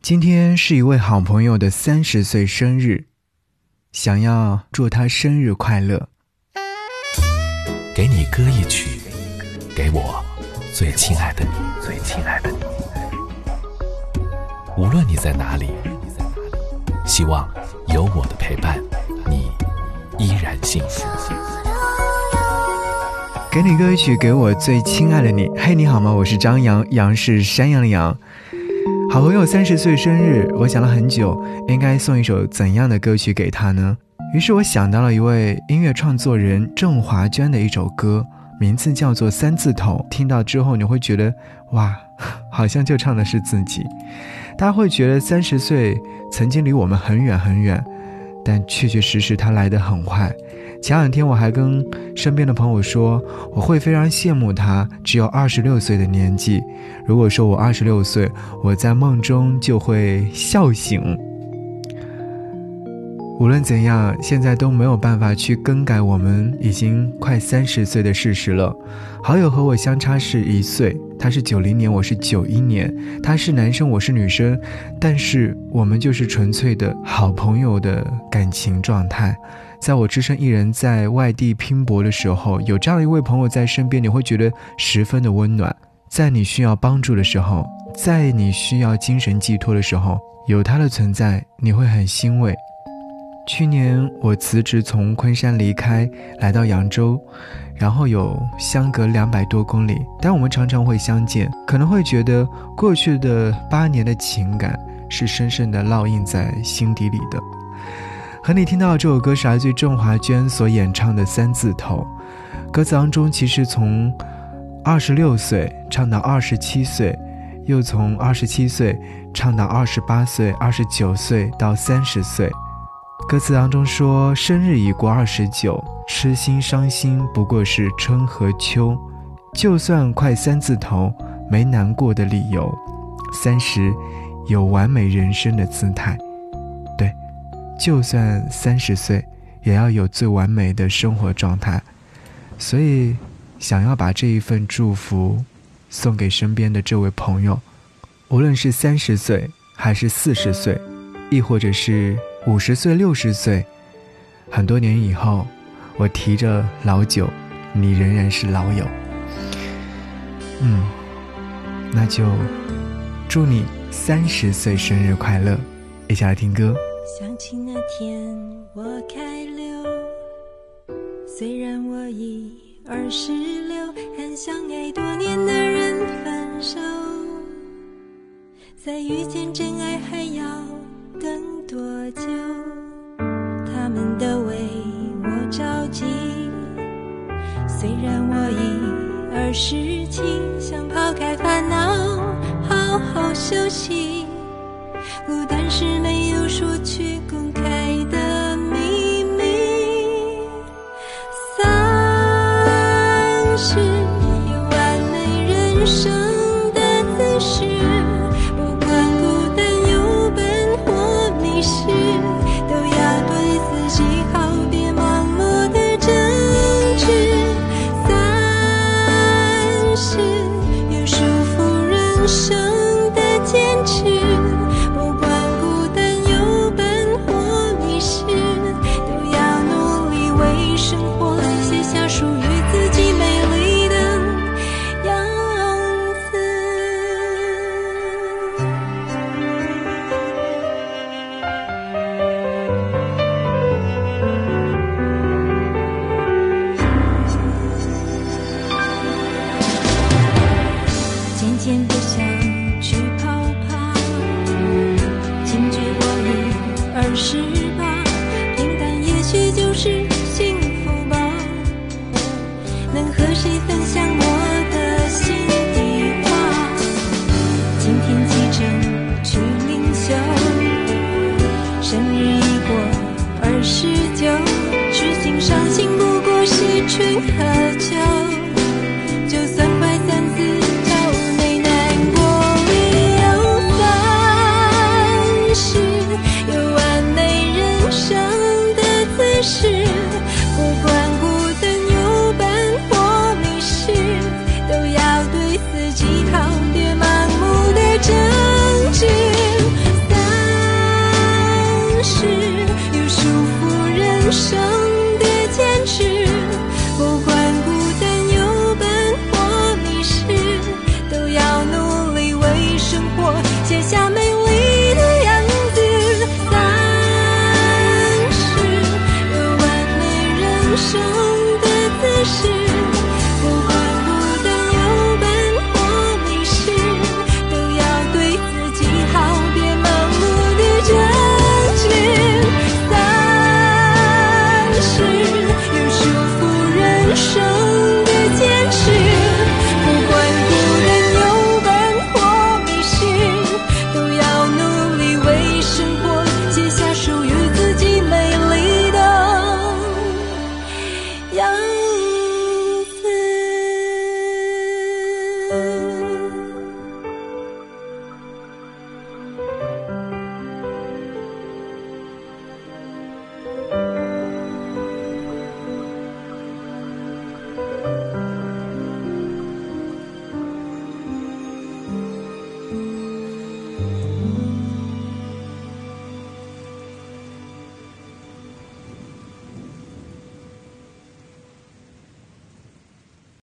今天是一位好朋友的30岁生日，想要祝他生日快乐。 给你歌一曲，给我最亲爱的你，最亲爱的你。无论你在哪里，希望有我的陪伴，你依然幸福。 给你歌曲，给我最亲爱的你。嘿，你好吗？我是张扬，杨是山羊的羊。好朋友30岁生日，我想了很久，应该送一首怎样的歌曲给他呢？于是我想到了一位音乐创作人郑华娟的一首歌，名字叫做《三字头》。听到之后你会觉得，哇，好像就唱的是自己。大家会觉得30岁曾经离我们很远很远，但确确实实他来得很快。前两天我还跟身边的朋友说，我会非常羡慕他只有26岁的年纪。如果说我26岁，我在梦中就会笑醒。无论怎样，现在都没有办法去更改我们已经快30岁的事实了。好友和我相差是1岁，他是90年，我是91年，他是男生，我是女生，但是我们就是纯粹的好朋友的感情状态。在我只身一人在外地拼搏的时候，有这样一位朋友在身边，你会觉得十分的温暖。在你需要帮助的时候，在你需要精神寄托的时候，有他的存在，你会很欣慰。去年我辞职从昆山离开，来到扬州，然后有相隔200多公里，但我们常常会相见，可能会觉得过去的8年的情感是深深地烙印在心底里的。和你听到这首歌是来自于郑华娟所演唱的《三字头》，歌词当中其实从26岁唱到27岁，又从27岁唱到28岁、29岁到30岁。歌词当中说，生日已过29，痴心伤心不过是春和秋，就算快3字头，没难过的理由，30有完美人生的姿态。对，就算30岁，也要有最完美的生活状态。所以想要把这一份祝福送给身边的这位朋友，无论是30岁还是40岁，亦或者是50岁、60岁，很多年以后，我提着老酒，你仍然是老友。那就祝你30岁生日快乐！一起来听歌。 想起那天我开溜，虽然我已26，很想爱多年的人分手，再遇见真爱还要等多久？他们都为我着急，虽然我已27，想抛开烦恼，好好休息。孤单是没有说去